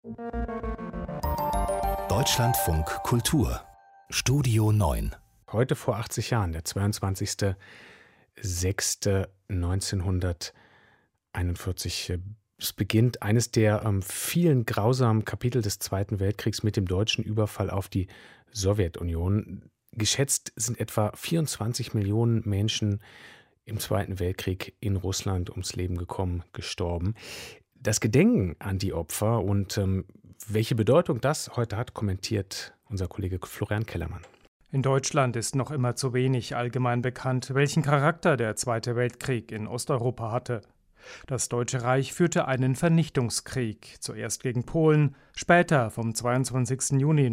Deutschlandfunk Kultur Studio 9. Heute vor 80 Jahren, der 22.06.1941. Es beginnt eines der vielen grausamen Kapitel des Zweiten Weltkriegs mit dem deutschen Überfall auf die Sowjetunion. Geschätzt sind etwa 24 Millionen Menschen im Zweiten Weltkrieg in Russland ums Leben gekommen, gestorben. Das Gedenken an die Opfer und welche Bedeutung das heute hat, kommentiert unser Kollege Florian Kellermann. In Deutschland ist noch immer zu wenig allgemein bekannt, welchen Charakter der Zweite Weltkrieg in Osteuropa hatte. Das Deutsche Reich führte einen Vernichtungskrieg, zuerst gegen Polen, später vom 22. Juni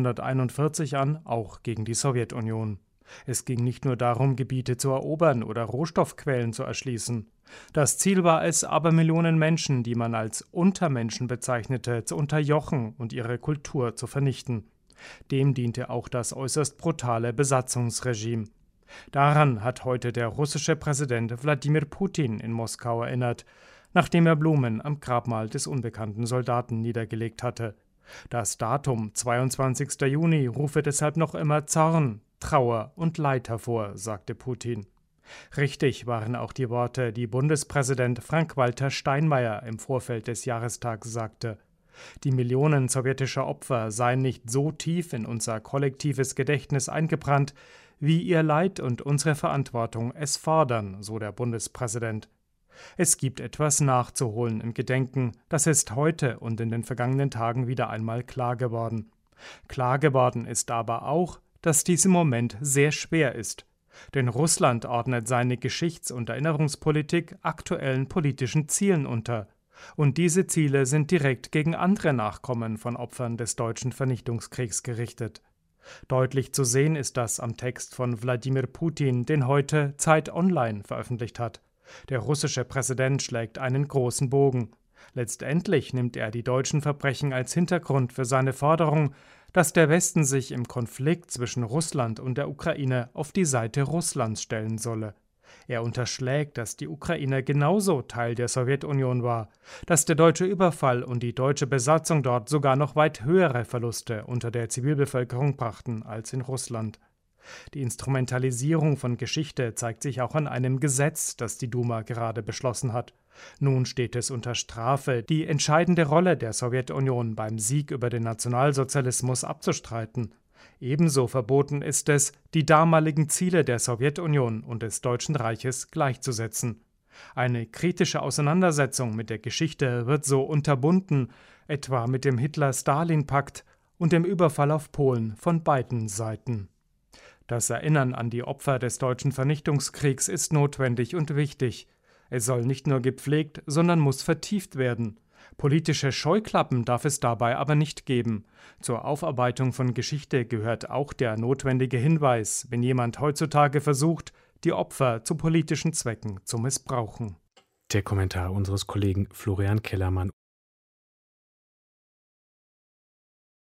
1941 an auch gegen die Sowjetunion. Es ging nicht nur darum, Gebiete zu erobern oder Rohstoffquellen zu erschließen. Das Ziel war es, Abermillionen Menschen, die man als Untermenschen bezeichnete, zu unterjochen und ihre Kultur zu vernichten. Dem diente auch das äußerst brutale Besatzungsregime. Daran hat heute der russische Präsident Wladimir Putin in Moskau erinnert, nachdem er Blumen am Grabmal des unbekannten Soldaten niedergelegt hatte. Das Datum 22. Juni rufe deshalb noch immer Zorn, Trauer und Leid hervor, sagte Putin. Richtig waren auch die Worte, die Bundespräsident Frank-Walter Steinmeier im Vorfeld des Jahrestags sagte. Die Millionen sowjetischer Opfer seien nicht so tief in unser kollektives Gedächtnis eingebrannt, wie ihr Leid und unsere Verantwortung es fordern, so der Bundespräsident. Es gibt etwas nachzuholen im Gedenken, das ist heute und in den vergangenen Tagen wieder einmal klar geworden. Klar geworden ist aber auch, dass dies im Moment sehr schwer ist. Denn Russland ordnet seine Geschichts- und Erinnerungspolitik aktuellen politischen Zielen unter. Und diese Ziele sind direkt gegen andere Nachkommen von Opfern des deutschen Vernichtungskriegs gerichtet. Deutlich zu sehen ist das am Text von Wladimir Putin, den heute Zeit Online veröffentlicht hat. Der russische Präsident schlägt einen großen Bogen. Letztendlich nimmt er die deutschen Verbrechen als Hintergrund für seine Forderung, dass der Westen sich im Konflikt zwischen Russland und der Ukraine auf die Seite Russlands stellen solle. Er unterschlägt, dass die Ukraine genauso Teil der Sowjetunion war, dass der deutsche Überfall und die deutsche Besatzung dort sogar noch weit höhere Verluste unter der Zivilbevölkerung brachten als in Russland. Die Instrumentalisierung von Geschichte zeigt sich auch an einem Gesetz, das die Duma gerade beschlossen hat. Nun steht es unter Strafe, die entscheidende Rolle der Sowjetunion beim Sieg über den Nationalsozialismus abzustreiten. Ebenso verboten ist es, die damaligen Ziele der Sowjetunion und des Deutschen Reiches gleichzusetzen. Eine kritische Auseinandersetzung mit der Geschichte wird so unterbunden, etwa mit dem Hitler-Stalin-Pakt und dem Überfall auf Polen von beiden Seiten. Das Erinnern an die Opfer des deutschen Vernichtungskriegs ist notwendig und wichtig. Es soll nicht nur gepflegt, sondern muss vertieft werden. Politische Scheuklappen darf es dabei aber nicht geben. Zur Aufarbeitung von Geschichte gehört auch der notwendige Hinweis, wenn jemand heutzutage versucht, die Opfer zu politischen Zwecken zu missbrauchen. Der Kommentar unseres Kollegen Florian Kellermann.